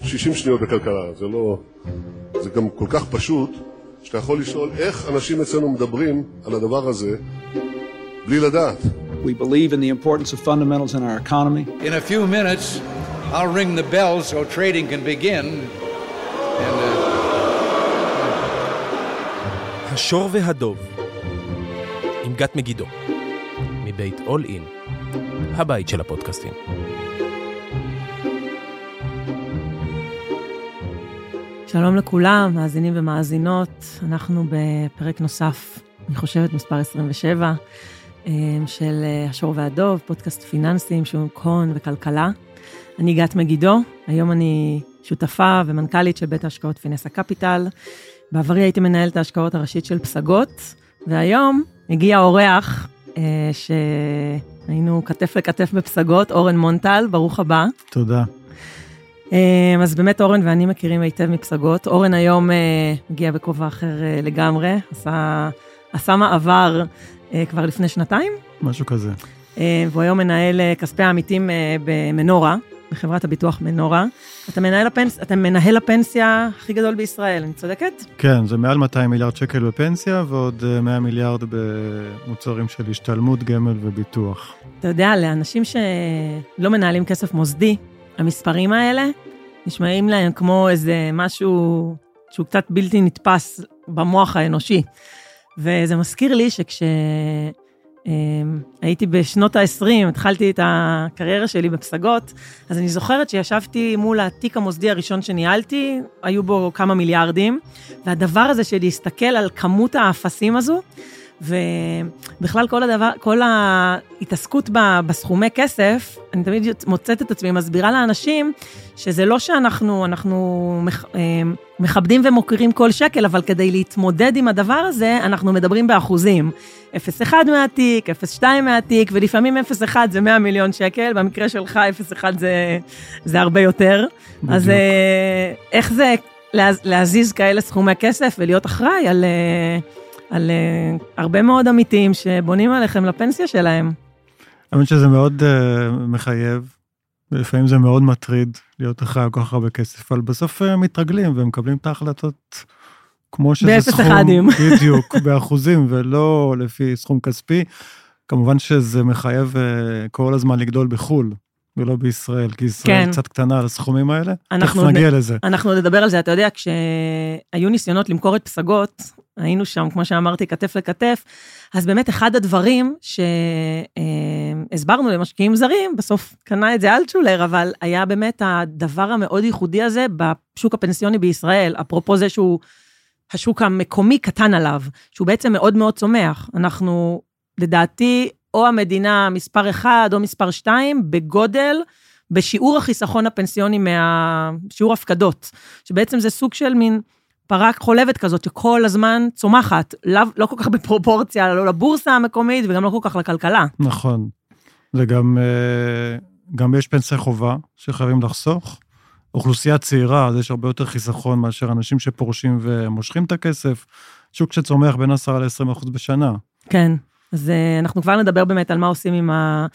60 שניות בכלכלה, זה גם כל כך פשוט, שאתה יכול לשאול איך אנשים אצלנו מדברים על הדבר הזה, בלי לדעת. We believe in the importance of fundamentals in our economy. In a few minutes, I'll ring the bell so trading can begin. השור והדוב, עם גת מגידו, מבית All In, הבית של הפודקאסטים. שלום לכולם, מאזינים ומאזינות. אנחנו בפרק נוסף, אני חושבת מספר 27, של השור והדוב, פודקאסט פיננסים, שוק הון וכלכלה. אני גת מגידו, היום אני שותפה ומנכ"לית של בית ההשקעות פינסה קפיטל. בעברי הייתי מנהלת ההשקעות הראשית של פסגות, והיום הגיע אורח שהיינו כתף לכתף בפסגות, אורן מונטל, ברוך הבא. תודה. אז באמת אורן ואני מכירים היטב מפסגות. אורן היום הגיע בכובע אחר לגמרי, עשה מעבר כבר לפני שנתיים. משהו כזה. והוא היום מנהל כספי העמיתים במנורה, בחברת הביטוח מנורה. אתה מנהל הפנסיה הכי גדול בישראל, אני צודקת? כן, זה מעל 200 מיליארד שקל בפנסיה, ועוד 100 מיליארד במוצרים של השתלמות, גמל וביטוח. אתה יודע, לאנשים שלא מנהלים כסף מוסדי, המספרים האלה נשמעים להם כמו איזה משהו שהוא קצת בלתי נתפס במוח האנושי. וזה מזכיר לי הייתי בשנות ה-20, התחלתי את הקריירה שלי בפסגות, אז אני זוכרת שישבתי מול התיק המוסדי הראשון שניהלתי, היו בו כמה מיליארדים, והדבר הזה של להסתכל על כמות האפסים הזו, ובכלל כל ההתעסקות בסכומי כסף, אני תמיד מוצאת את עצמי, מסבירה לאנשים, שזה לא שאנחנו מכבדים ומוכרים כל שקל, אבל כדי להתמודד עם הדבר הזה, אנחנו מדברים באחוזים. 0.1 מהתיק, 0.2 מהתיק, ולפעמים 0.1 זה 100 מיליון שקל, במקרה שלך 0.1 זה הרבה יותר. בדיוק. אז איך זה להזיז כאלה סכומי כסף, ולהיות אחראי על הרבה מאוד עמיתים שבונים עליכם לפנסיה שלהם? האמת שזה מאוד מחייב, ולפעמים זה מאוד מטריד להיות אחראי כל כך הרבה כסף, אבל בסוף מתרגלים ומקבלים את ההחלטות כמו שזה סכום, בדיוק, באחוזים ולא לפי סכום כספי. כמובן שזה מחייב כל הזמן לגדול בחול, ולא בישראל, כי ישראל קצת קטנה על הסכומים האלה. תכף נגיע לזה. אנחנו נדבר על זה, אתה יודע, כשהיו ניסיונות למכור את פסגות, היינו שם, כמו שאמרתי, כתף לכתף, אז באמת אחד הדברים שהסברנו למשקיעים זרים, בסוף קנה את זה אלטשולר, אבל היה באמת הדבר המאוד ייחודי הזה בשוק הפנסיוני בישראל, אפרופו זה שהוא השוק המקומי קטן עליו, שהוא בעצם מאוד מאוד צומח. אנחנו, לדעתי, או המדינה מספר 1 או מספר 2, בגודל, בשיעור החיסכון הפנסיוני שיעור הפקדות, שבעצם זה סוג של מין פרק חולבת כזאת, שכל הזמן צומחת, לא כל כך בפרופורציה, לא לבורסה המקומית, וגם לא כל כך לכלכלה. נכון. וגם גם יש פנסי חובה, שחייבים לחסוך. אוכלוסייה צעירה, אז יש הרבה יותר חיסכון, מאשר אנשים שפורשים ומושכים את הכסף, שוק שצומח בין 10% ל-20% בשנה. כן. אז אנחנו כבר נדבר באמת על מה עושים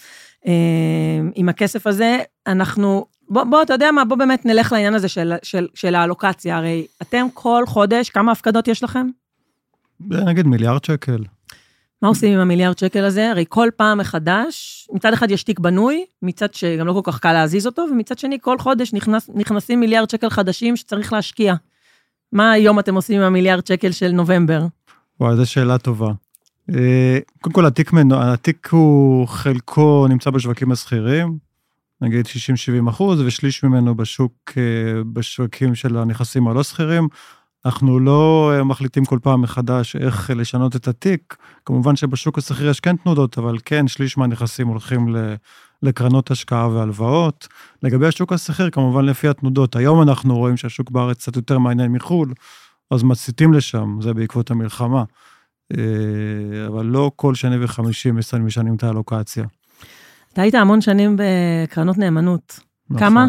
עם הכסף הזה. בוא, אתה יודע מה, בוא באמת נלך לעניין הזה של האלוקציה. הרי אתם כל חודש, כמה הפקדות יש לכם? נגיד מיליארד שקל. מה עושים עם המיליארד שקל הזה? הרי כל פעם מחדש, מצד אחד יש תיק בנוי, מצד שגם לא כל כך קל להזיז אותו, ומצד שני כל חודש נכנסים מיליארד שקל חדשים שצריך להשקיע. מה היום אתם עושים עם המיליארד שקל של נובמבר? וואי, זו שאלה טובה. קודם כל, התיק הוא חלקו נמצא בשווקים הסחירים, נגיד 60-70%, ושליש ממנו בשווקים של הנכסים הלא סחירים. אנחנו לא מחליטים כל פעם מחדש איך לשנות את התיק, כמובן שבשוק הסחיר יש כן תנודות, אבל כן, שליש מהנכסים הולכים לקרנות השקעה והלוואות. לגבי השוק הסחיר, כמובן לפי התנודות, היום אנחנו רואים שהשוק בארץ קצת יותר מעניין מחול, אז מסיטים לשם, זה בעקבות המלחמה. אבל לא כל שני וחמישי משנים את האלוקציה. אתה היית המון שנים בקרנות נאמנות. כמה?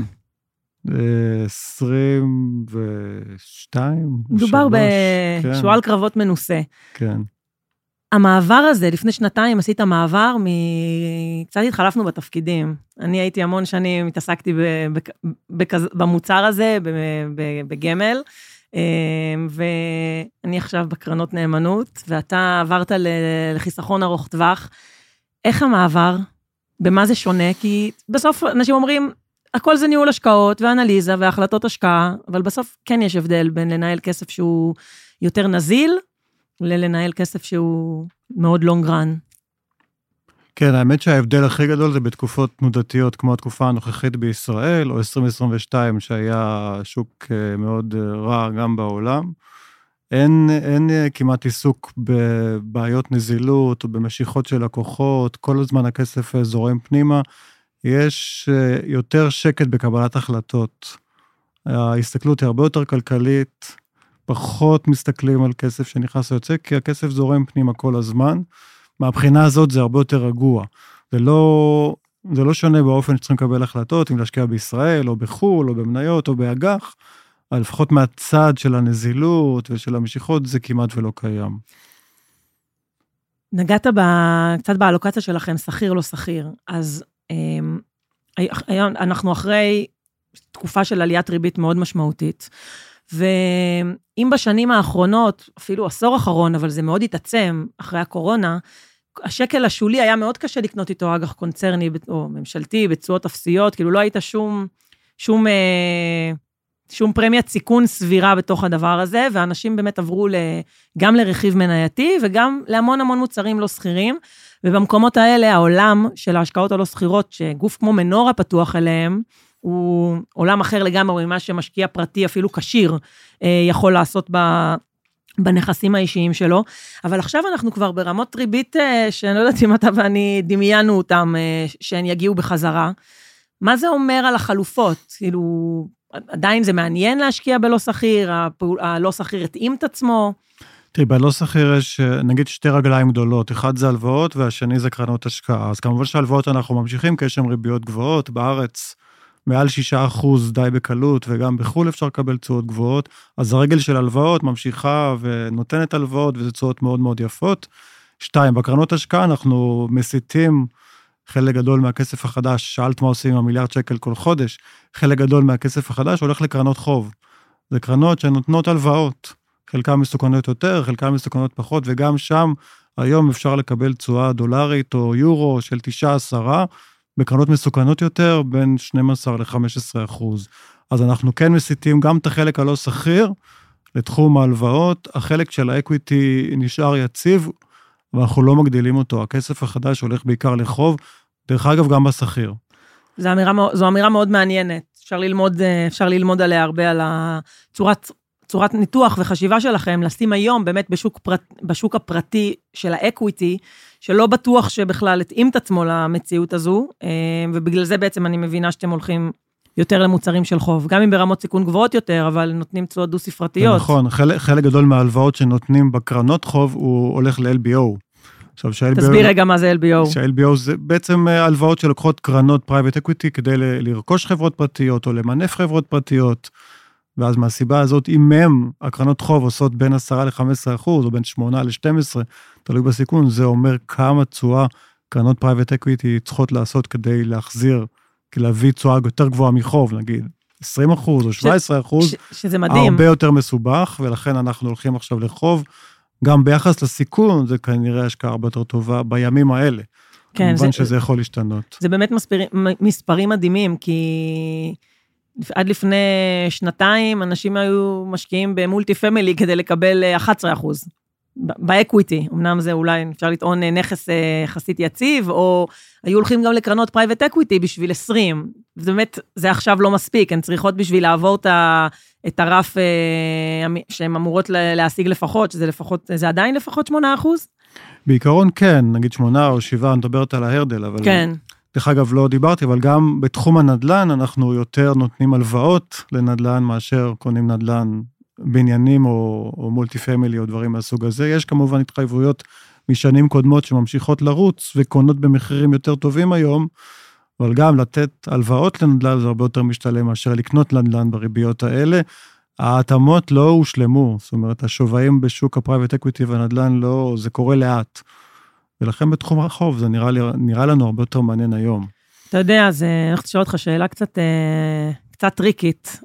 22. מדובר בשועל קרבות מנוסה. כן. המעבר הזה, לפני שנתיים עשית מעבר, קצת התחלפנו בתפקידים. אני הייתי המון שנים, התעסקתי במוצר הזה, בגמל, ואני עכשיו בקרנות נאמנות, ואתה עברת לחיסכון ארוך טווח. איך המעבר? במה זה שונה? כי בסוף אנשים אומרים, הכל זה ניהול השקעות ואנליזה והחלטות השקעה, אבל בסוף כן יש הבדל בין לנהל כסף שהוא יותר נזיל, לנהל כסף שהוא מאוד long run. כן, האמת שההבדל הכי גדול זה בתקופות תנודתיות, כמו התקופה הנוכחית בישראל, או 2022, שהיה שוק מאוד רע גם בעולם. אין כמעט עיסוק בבעיות נזילות, או במשיכות של לקוחות, כל הזמן הכסף זורם פנימה, יש יותר שקט בקבלת החלטות. ההסתכלות היא הרבה יותר כלכלית, פחות מסתכלים על כסף שנכנס ויוצא, כי הכסף זורם פנימה כל הזמן. מהבחינה הזאת זה הרבה יותר רגוע. זה לא שונה באופן שצריכים לקבל החלטות, אם להשקיע בישראל, או בחול, או במניות, או באג"ח, אבל לפחות מהצד של הנזילות ושל המשיכות, זה כמעט ולא קיים. נגעת קצת באלוקציה שלכם, שכיר לא שכיר, אז היום אנחנו אחרי תקופה של עליית ריבית מאוד משמעותית, ואם בשנים האחרונות, אפילו עשור אחרון, אבל זה מאוד התעצם אחרי הקורונה, השקל השולי היה מאוד קשה לקנות איתו אג"ח קונצרני או ממשלתי, בתשואות אפסיות, כאילו לא הייתה שום פרמיית סיכון סבירה בתוך הדבר הזה, ואנשים באמת עברו גם לרכיב מנייתי, וגם להמון המון מוצרים לא סחירים, ובמקומות האלה העולם של ההשקעות הלא סחירות, שגוף כמו מנורה פתוח אליהם, הוא עולם אחר לגמרי ממה שמשקיע פרטי, אפילו קשיר, יכול לעשות בנכסים האישיים שלו, אבל עכשיו אנחנו כבר ברמות ריבית, שאני לא יודעת אם אתה ואני דמיינו אותם, שהן יגיעו בחזרה. מה זה אומר על החלופות? כאילו, עדיין זה מעניין להשקיע בלא שכיר, הלא שכיר התאים את עצמו? תראי, בלא שכיר יש, נגיד, שתי רגליים גדולות, אחד זה הלוואות, והשני זה קרנות השקעה. אז כמובן שהלוואות אנחנו ממשיכים, כי יש שם ריביות גבוהות, בארץ מעל 6% די בקלות, וגם בחול אפשר לקבל תשואות גבוהות, אז הרגל של הלוואות ממשיכה ונותנת הלוואות, וזה תשואות מאוד מאוד יפות. 2, בקרנות השקעה אנחנו מסיטים חלק גדול מהכסף החדש, שאלת מה עושים עם המיליארד שקל כל חודש, חלק גדול מהכסף החדש הולך לקרנות חוב. זה קרנות שנותנות הלוואות, חלקם מסוכנות יותר, חלקם מסוכנות פחות, וגם שם היום אפשר לקבל תשואה דולרית או יורו של 9-10, בקרנות מסוכנות יותר, בין 12-15%. אז אנחנו כן מסיטים גם את החלק הלא שכיר, לתחום ההלוואות, החלק של האקוויטי נשאר יציב, ואנחנו לא מגדילים אותו, הכסף החדש הולך בעיקר לחוב, דרך אגב גם בשכיר. זו אמירה מאוד מעניינת, אפשר ללמוד עליה הרבה, על צורת ניתוח וחשיבה שלכם, לשים היום באמת בשוק הפרטי של האקוויטי, שלא בטוח שבכלל התאים את עצמו למציאות הזו, ובגלל זה בעצם אני מבינה שאתם הולכים יותר למוצרים של חוב, גם אם ברמות סיכון גבוהות יותר, אבל נותנים תשואות דו-ספרתיות. נכון, חלק גדול מההלוואות שנותנים בקרנות חוב, הוא הולך ל-LBO. תסביר רגע מה זה LBO. שה-LBO זה בעצם הלוואות שלוקחות קרנות פרייבט אקוויטי, כדי לרכוש חברות פרטיות, או למנף חברות פרטיות, ואז מהסיבה הזאת, אם הם, הקרנות חוב עושות בין 10-15%, או בין 8-12%, תלוי בסיכון, זה אומר כמה תשואה קרנות פרייבט אקוויטי צריכות לעשות כדי להחזיר, כי להביא תשואה יותר גבוהה מחוב, נגיד 20% או 17%, שזה מדהים. הרבה יותר מסובך, ולכן אנחנו הולכים עכשיו לחוב, גם ביחס לסיכון, זה כנראה השקעה הרבה יותר טובה בימים האלה. כן, כמובן שזה יכול להשתנות. זה באמת מספרים מדהימים, כי עד לפני שנתיים, אנשים היו משקיעים במולטי פמילי, כדי לקבל 11%. באקוויטי, אמנם זה אולי אפשר לטעון נכס יחסית יציב, או היו הולכים גם לקרנות פרייבט אקוויטי בשביל 20, ובאמת זה עכשיו לא מספיק, הן צריכות בשביל לעבור את הרף שהן אמורות להשיג לפחות, זה עדיין לפחות 8%? בעיקרון כן, נגיד 8 או 7, אני מדברת על ההרדל, אבל כן. דרך אגב לא דיברתי, אבל גם בתחום הנדלן, אנחנו יותר נותנים הלוואות לנדלן, מאשר קונים נדלן בניינים או מולטי פמילי או דברים מהסוג הזה. יש כמובן התחייבויות משנים קודמות שממשיכות לרוץ וקונות במחירים יותר טובים היום, אבל גם לתת הלוואות לנדלן זה הרבה יותר משתלם מאשר לקנות נדלן בריביות האלה. ההתאמות לא הושלמו, זאת אומרת, השווים בשוק הפרייבט אקוויטי והנדל"ן לא, זה קורה לאט. ולכן בתחום החוב, זה נראה לנו הרבה יותר מעניין היום. אתה יודע, אז אני רוצה לשאול אותך שאלה קצת טריקית.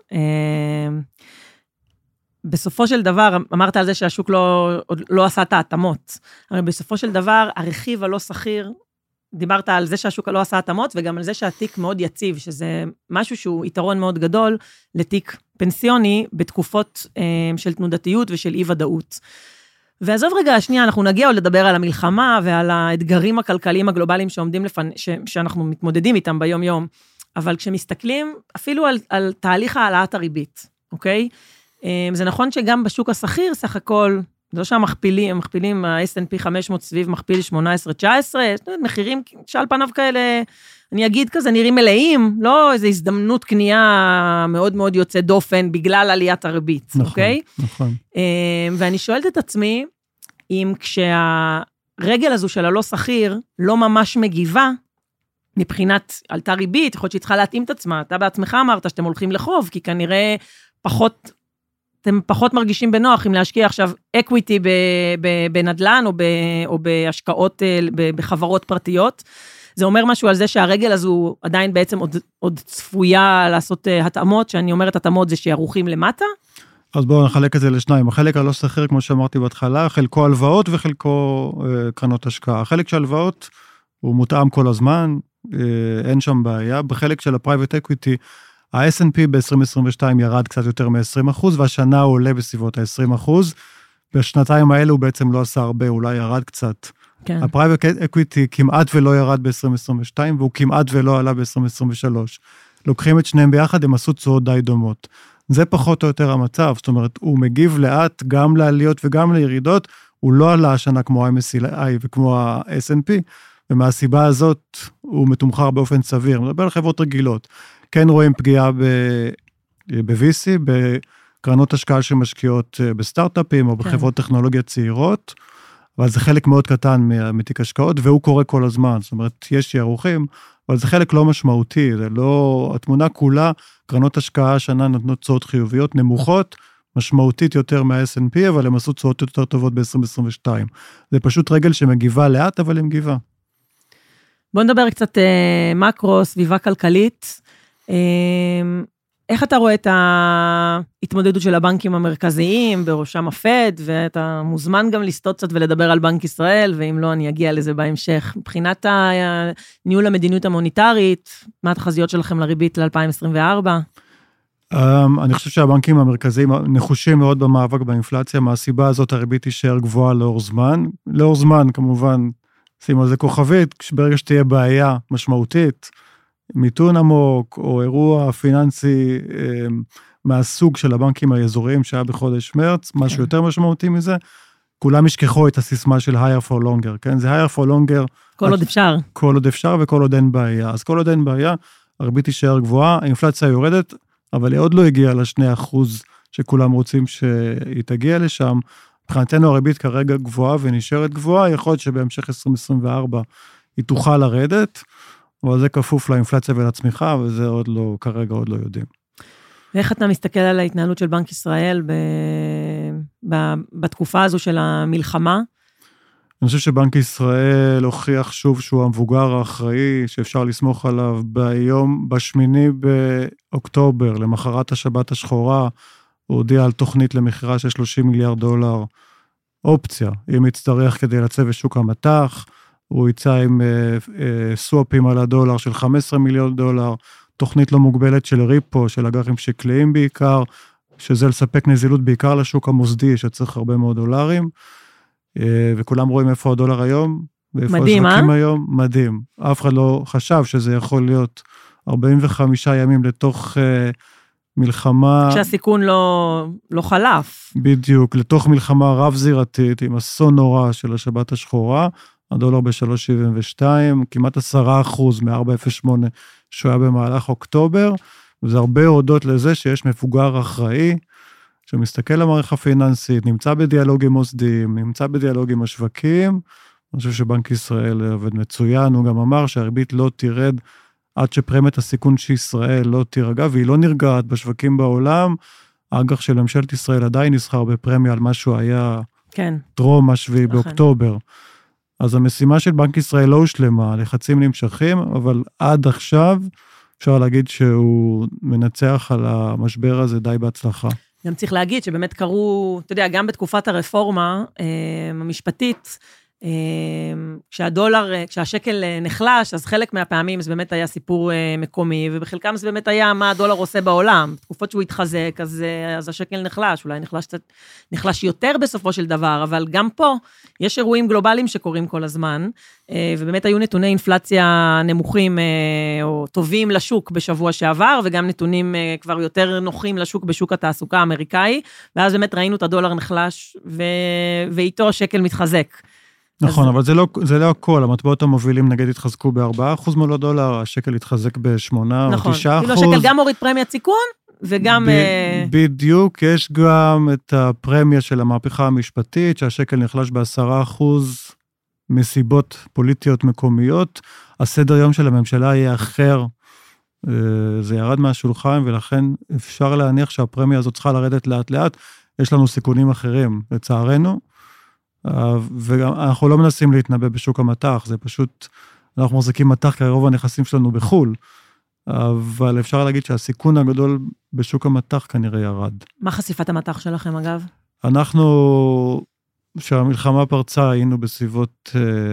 בסופו של דבר, אמרת על זה שהשוק לא עשה את ההתאמות. הרי בסופו של דבר, הרכיב הלא שכיר, דיברת על זה שהשוק לא עשה התאמות, וגם על זה שהתיק מאוד יציב, שזה משהו שהוא יתרון מאוד גדול לתיק פנסיוני, בתקופות של תנודתיות ושל אי-ודאות. ועזוב רגע, שנייה, אנחנו נגיע עוד לדבר על המלחמה, ועל האתגרים הכלכליים הגלובליים שעומדים שאנחנו מתמודדים איתם ביום-יום, אבל כשמסתכלים אפילו על תהליך העלאת הריבית, אוקיי? זה נכון שגם בשוק השכיר, סך הכל, זה לא שהמכפילים, ה-S&P 500 סביב מכפיל 18-19, מחירים שעל פניו כאלה, אני אגיד כזה, נראים מלאים, לא איזו הזדמנות קנייה מאוד מאוד יוצא דופן, בגלל עליית הריבית, נכון, אוקיי? נכון. ואני שואלת את עצמי, אם כשהרגל הזו של הלא שכיר, לא ממש מגיבה, מבחינת עלתה ריבית, יכול להיות שהיא צריכה להתאים את עצמה, אתה בעצמך אמרת שאתם הולכים לחוב, כי כנראה אתם פחות מרגישים בנוח אם להשקיע עכשיו אקוויטי בנדלן או בהשקעות בחברות פרטיות. זה אומר משהו על זה שהרגל הזו עדיין בעצם עוד צפויה לעשות התאמות, שאני אומרת התאמות זה שערוכים למטה. אז בואו נחלק את זה לשניים. החלק הלא שכיר, כמו שאמרתי בהתחלה, חלקו הלוואות וחלקו קרנות השקעה. החלק של הלוואות הוא מותאם כל הזמן, אין שם בעיה. בחלק של הפרייבט אקוויטי, ה-S&P ב-2022 ירד קצת יותר מ-20%, והשנה הוא עולה בסביבות ה-20%. בשנתיים האלה הוא בעצם לא עשה הרבה, אולי ירד קצת. כן. הפרייבט אקוויטי כמעט ולא ירד ב-2022, והוא כמעט ולא עלה ב-2023. לוקחים את שניהם ביחד, הם עשו תשואות די דומות. זה פחות או יותר המצב, זאת אומרת, הוא מגיב לאט גם לעליות וגם לירידות, הוא לא עלה השנה כמו ה-MSCI וכמו ה-S&P, ומהסיבה הזאת הוא מתומחר באופן סביר. מדבר על חברות רגילות. כן רואים פגיעה ב-VC, בקרנות השקעה שמשקיעות בסטארט-אפים, או בחברות טכנולוגיה צעירות, אבל זה חלק מאוד קטן מתיק השקעות, והוא קורה כל הזמן. זאת אומרת, יש שיערוכים, אבל זה חלק לא משמעותי, זה לא, התמונה כולה, קרנות השקעה השנה נותנות תשואות חיוביות, נמוכות, משמעותית יותר מה-S&P, אבל הם עשו תשואות יותר טובות ב-2022. זה פשוט רגל שמגיבה לאט, אבל היא מגיבה. בוא נדבר קצת מקרו, סביבה כלכלית. איך אתה רואה את ההתמודדות של הבנקים המרכזיים, בראשם הפד, ואתה מוזמן גם לסטות קצת ולדבר על בנק ישראל, ואם לא, אני אגיע לזה בהמשך. מבחינת ניהול המדיניות המוניטרית, מה התחזיות שלכם לריבית ל-2024? אני חושב שהבנקים המרכזיים נחושים מאוד במאבק באינפלציה, מהסיבה הזאת הריבית תישאר גבוהה לאור זמן. לאור זמן, כמובן, שימו על זה כוכבית, ברגע שתהיה בעיה משמעותית, מיתון עמוק, או אירוע פיננסי מהסוג של הבנקים האזוריים שהיה בחודש מרץ, משהו יותר משמעותי מזה, כולם ישכחו את הסיסמה של higher for longer, כן? זה higher for longer. כל עוד אפשר. כל עוד אפשר וכל עוד אין בעיה. אז כל עוד אין בעיה, הריבית תישאר גבוהה, האינפלציה יורדת, אבל היא עוד לא הגיעה ל2% שכולם רוצים שהיא תגיע לשם. מבחינתנו הריבית כרגע גבוהה ונשארת גבוהה, יכול להיות שבהמשך 2024 היא תוכל לרדת, אבל זה כפוף לאינפלציה ולצמיחה, וזה עוד לא, כרגע עוד לא יודעים. ואיך אתה מסתכל על ההתנהלות של בנק ישראל בתקופה הזו של המלחמה? אני חושב שבנק ישראל הוכיח שוב שהוא המבוגר האחראי, שאפשר לסמוך עליו ביום, ב8 באוקטובר, למחרת השבת השחורה, הוא הודיע על תוכנית למחירה של $30 מיליארד, אופציה, אם יצטרך כדי לצאת בשוק המטח, הוא יצא עם סוואפים על הדולר של $15 מיליון, תוכנית לא מוגבלת של ריפו, של אג"חים שקליים בעיקר, שזה לספק נזילות בעיקר לשוק המוסדי, שצריך הרבה מאוד דולרים, וכולם רואים איפה הדולר היום, ואיפה השווקים היום, מדהים. אף אחד לא חשב שזה יכול להיות 45 ימים לתוך מלחמה... כשהסיכון לא חלף. בדיוק, לתוך מלחמה רב-זירתית, עם אסון נורא של השבת השחורה, הדולר ב-3.72, כמעט 10% מ-4.08 שהוא היה במהלך אוקטובר, וזה הרבה הודות לזה שיש מבוגר אחראי, שמסתכל למערכת הפיננסית, נמצא בדיאלוגים מוסדיים, נמצא בדיאלוגים השווקים, אני חושב שבנק ישראל עובד מצוין, הוא גם אמר שהריבית לא תירד, עד שפרמיית הסיכון שישראל לא תירגע, והיא לא נרגעת בשווקים בעולם, האג"ח של ממשלת ישראל עדיין נסחר בפרמיה על משהו היה כן. טרום ה7 באוקטובר. אז המשימה של בנק ישראל לא הושלמה, הלחצים נמשכים, אבל עד עכשיו אפשר להגיד שהוא מנצח על המשבר הזה די בהצלחה. גם צריך להגיד שבאמת קרו, אתה יודע, גם בתקופת הרפורמה המשפטית, כשהשקל נחלש, אז חלק מהפעמים זה באמת היה סיפור מקומי, ובחלקם זה באמת היה מה הדולר עושה בעולם. בתקופות שהוא התחזק, אז השקל נחלש, אולי נחלש יותר בסופו של דבר, אבל גם פה יש אירועים גלובליים שקורים כל הזמן, ובאמת היו נתוני אינפלציה נמוכים או טובים לשוק בשבוע שעבר, וגם נתונים כבר יותר נוחים לשוק בשוק התעסוקה האמריקאי, ואז באמת ראינו את הדולר נחלש, ואיתו השקל מתחזק. נכון, אבל זה לא הכל, המטבעות המובילים נגיד התחזקו ב4% מול הדולר, השקל התחזק ב8 או 9%. נכון, כאילו השקל גם הוריד פרמיית סיכון, וגם... בדיוק, יש גם את הפרמיה של המהפכה המשפטית, שהשקל נחלש ב10% מסיבות פוליטיות מקומיות, הסדר יום של הממשלה יהיה אחר, זה ירד מהשולחן, ולכן אפשר להניח שהפרמיה הזאת צריכה לרדת לאט לאט, יש לנו סיכונים אחרים, לצערנו, ואנחנו לא מנסים להתנבא בשוק המטח, זה פשוט, אנחנו מחזיקים מטח, כי רוב הנכסים שלנו בחול, אבל אפשר להגיד שהסיכון הגדול בשוק המטח כנראה ירד. מה חשיפת המטח שלכם אגב? אנחנו, כשהמלחמה פרצה, היינו בסביבות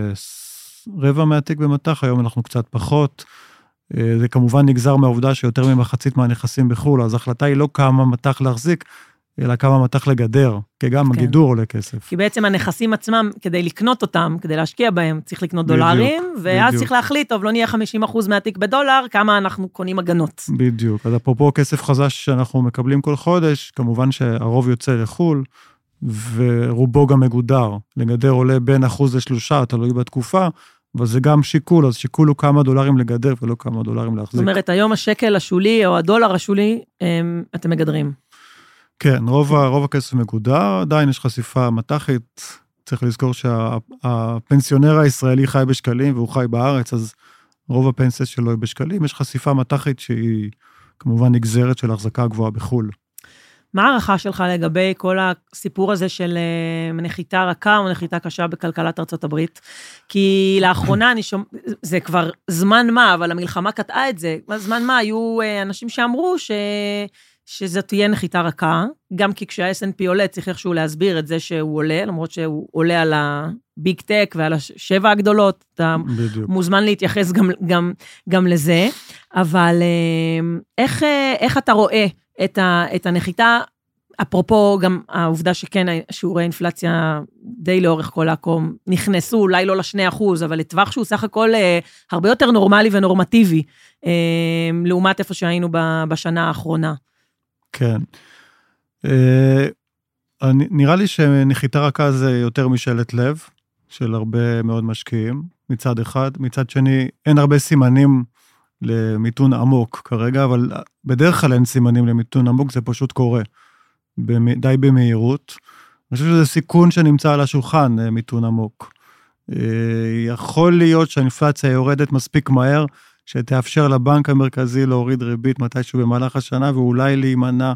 רבע מהתיק במטח, היום אנחנו קצת פחות, זה כמובן נגזר מהעובדה שיותר ממחצית מהנכסים בחול, אז ההחלטה היא לא כמה מטח להחזיק, אלא כמה מטח לגדר, כי גם הגידור עולה כסף. כי בעצם הנכסים עצמם, כדי לקנות אותם, כדי להשקיע בהם, צריך לקנות דולרים, ואז צריך להחליט, טוב, לא נהיה 50% מהתיק בדולר, כמה אנחנו קונים הגנות. בדיוק, אז אפרופו כסף חזש שאנחנו מקבלים כל חודש, כמובן שהרוב יוצא לחול, ורובו גם מגודר. לגדר עולה בין 1% ל3%, תלוי בתקופה, אבל זה גם שיקול, אז שיקול הוא כמה דולרים לגדר, ולא כמה דולרים להחזיק. זאת אומרת, היום השקל השולי, או הדולר השולי, אתם מגדרים. כן, רוב הכסף מגודר, עדיין יש חשיפה מתחית, צריך לזכור שהפנסיונר הישראלי חי בשקלים, והוא חי בארץ, אז רוב הפנסיה שלו היא בשקלים, יש חשיפה מתחית שהיא כמובן נגזרת של החזקה גבוהה בחול. מה הערכה שלך לגבי כל הסיפור הזה של נחיתה רכה או נחיתה קשה בכלכלת ארצות הברית? כי לאחרונה זה כבר זמן מה, אבל המלחמה קטעה את זה, זמן מה היו אנשים שאמרו שזאת תהיה נחיתה רכה, גם כי כשה-S&P עולה, צריך איכשהו להסביר את זה שהוא עולה, למרות שהוא עולה על הביג טק ועל 7 הגדולות, אתה מוזמן להתייחס גם לזה, אבל איך אתה רואה את הנחיתה, אפרופו גם העובדה שכן, שיעורי אינפלציה די לאורך כל העקום, נכנסו אולי לא ל2%, אבל לטווח שהוא סך הכל הרבה יותר נורמלי ונורמטיבי, לעומת איפה שהיינו בשנה האחרונה. כן. נראה לי שנחיתה רכה זה יותר משאלת לב, של הרבה מאוד משקיעים, מצד אחד. מצד שני, אין הרבה סימנים למיתון עמוק כרגע, אבל בדרך כלל אין סימנים למיתון עמוק, זה פשוט קורה, די במהירות. אני חושב שזה סיכון שנמצא על השולחן, מיתון עמוק. יכול להיות שהאינפלציה יורדת מספיק מהר, שתאפשר לבנק המרכזי להוריד ריבית מתישהו במהלך השנה, ואולי להימנע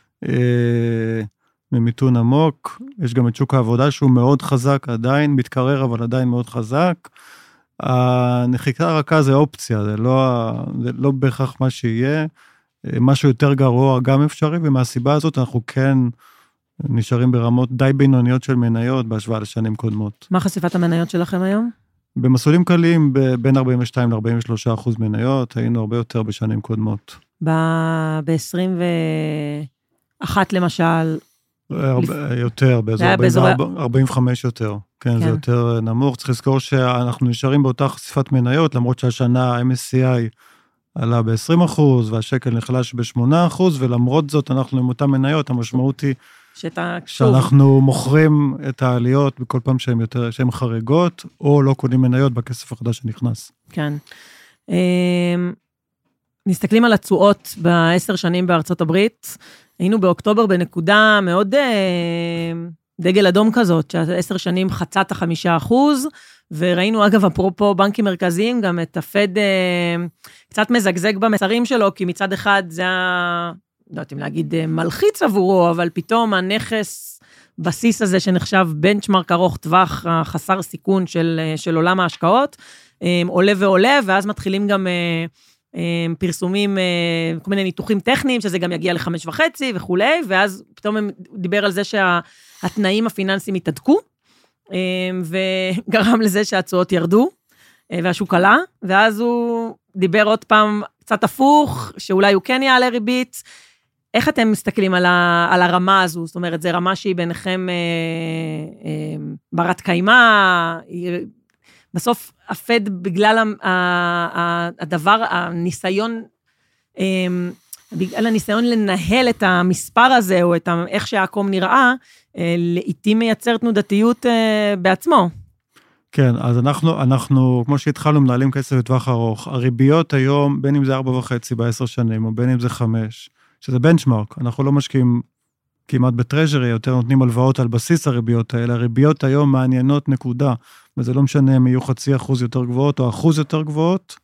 ממיתון עמוק. יש גם את שוק העבודה שהוא מאוד חזק, עדיין מתקרר, אבל עדיין מאוד חזק. הנחיתה רכה זה אופציה, זה לא בהכרח מה שיהיה. משהו יותר גרוע גם אפשרי, ומהסיבה הזאת אנחנו כן נשארים ברמות די בינוניות של מניות, בהשוואה לשנים קודמות. מה חשיפת המניות שלכם היום? במסלולים קלים, בין 42% ל-43% מניות, היינו הרבה יותר בשנים קודמות. ב-21 למשל? יותר, באזור 45 יותר. כן, זה יותר נמוך. צריך לזכור שאנחנו נשארים באותה חשיפת מניות, למרות שהשנה ה-MSCI עלה ב-20%, והשקל נחלש ב-8%, ולמרות זאת אנחנו עם אותה מניות, המשמעות היא שאנחנו מוכרים את העליות בכל פעם שהן חריגות, או לא קונים מניות בכסף החדש שנכנס. כן. מסתכלים על התשואות ב10 שנים בארצות הברית, היינו באוקטובר בנקודה מאוד דגל אדום כזאת, שה10 שנים חצת 5%, וראינו אגב אפרופו בנקים מרכזיים, גם את הפד קצת מזגזג במסרים שלו, כי מצד אחד זה לא יודעת אם להגיד מלחיץ עבורו, אבל פתאום הנכס בסיס הזה שנחשב בנצ'מרק ארוך טווח, חסר סיכון של עולם ההשקעות, עולה ועולה, ואז מתחילים גם פרסומים, כל מיני ניתוחים טכניים, שזה גם יגיע ל5.5 וכו', ואז פתאום הם דיבר על זה שהתנאים הפיננסיים התעדכו, וגרם לזה שהצועות ירדו, והשוק עלה, ואז הוא דיבר עוד פעם קצת הפוך, שאולי הוא כן יעלה ריבית. איך אתם מסתכלים על הרמה הזו? זאת אומרת, זו רמה שהיא ביניכם ברת קיימה, בסוף הפד בגלל הדבר, הניסיון, בגלל הניסיון לנהל את המספר הזה, או את איך שהעקום נראה, לעתים מייצר תנודתיות בעצמו. כן, אז אנחנו, כמו שהתחלנו, מנהלים כסף לטווח ארוך. הריביות היום, בין אם זה 4.5 ב10 שנים, או בין אם זה 5, שזה בנצ'מרק, אנחנו לא משקיעים כמעט בטרז'רי, יותר נותנים הלוואות על בסיס הריביות האלה. הריביות היום מעניינות נקודה, וזה לא משנה אם יהיו 0.5% יותר גבוהות, או 1% יותר גבוהות,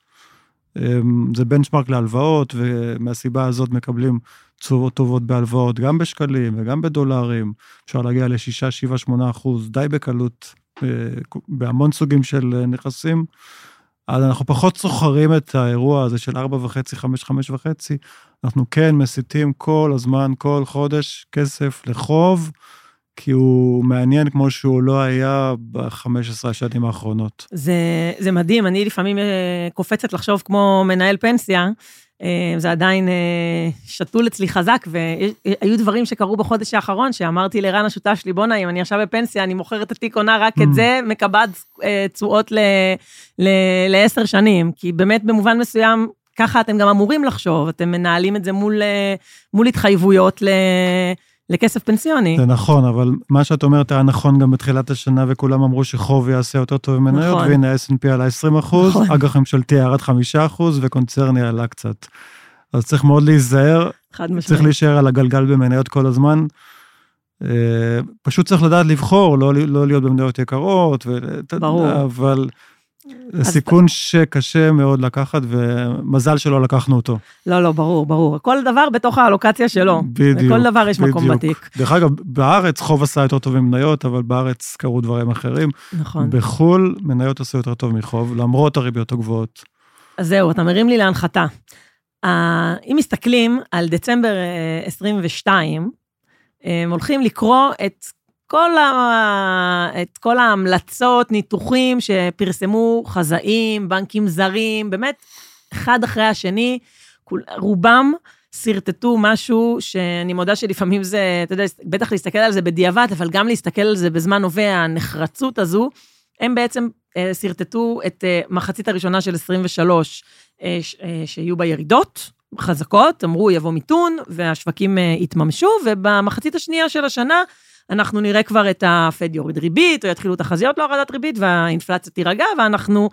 זה בנצ'מרק להלוואות, ומהסיבה הזאת מקבלים תשואות טובות בהלוואות, גם בשקלים וגם בדולרים, אפשר להגיע ל6, 7, 8%, די בקלות, בהמון סוגים של נכסים, אז אנחנו פחות סוחרים את האירוע הזה של 4.5, 5, 5.5, אנחנו כן מסיטים כל הזמן, כל חודש, כסף לחוב, כי הוא מעניין כמו שהוא לא היה ב-15 השנים האחרונות. זה מדהים, אני לפעמים קופצת לחשוב כמו מנהל פנסיה, זה עדיין שתול אצלי חזק, והיו דברים שקרו בחודש האחרון, שאמרתי לרן השותף שלי, בונה, אם אני עכשיו בפנסיה, אני מוכרת את התיק עונה רק את זה, מקבד תשואות ל10 שנים, כי באמת במובן מסוים, ככה אתם גם אמורים לחשוב, אתם מנהלים את זה מול התחייבויות לכסף פנסיוני. זה נכון, אבל מה שאת אומרת היה נכון גם בתחילת השנה, וכולם אמרו שחוב יעשה יותר טוב ממניות, והנה ה-S&P עלה 20%, אג"ח ממשלתי ירד 5%, וקונצרני עלה קצת. אז צריך מאוד להיזהר, צריך להישאר על הגלגל במניות כל הזמן, פשוט צריך לדעת לבחור, לא להיות במניות יקרות, אבל זה סיכון שקשה מאוד לקחת, ומזל שלא לקחנו אותו. לא, ברור. כל דבר בתוך האלוקציה שלו. בדיוק. וכל דבר יש מקום בתיק. דרך אגב, בארץ חוב עשה יותר טוב ממניות, אבל בארץ קרו דברים אחרים. נכון. בחול, מניות עשו יותר טוב מחוב, למרות הריביות הגבוהות. אז זהו, אתה מרים לי להנחתה. אם מסתכלים על דצמבר 22, הולכים לקרוא את כל ההמלצות, ניתוחים שפרסמו חזאים, בנקים זרים, באמת, אחד אחרי השני, רובם סרטטו משהו שאני מודה שלפעמים זה, אתה יודע, בטח להסתכל על זה בדיעבד, אבל גם להסתכל על זה בזמן הווה, הנחרצות הזו, הם בעצם סרטטו את מחצית הראשונה של 23, שיהיו בירידות חזקות, אמרו יבוא מיתון, והשווקים התממשו, ובמחצית השנייה של השנה, אנחנו נראה כבר את הפד יוריד ריבית, או יתחילו תחזיות להורדת ריבית, והאינפלציה תירגע, ואנחנו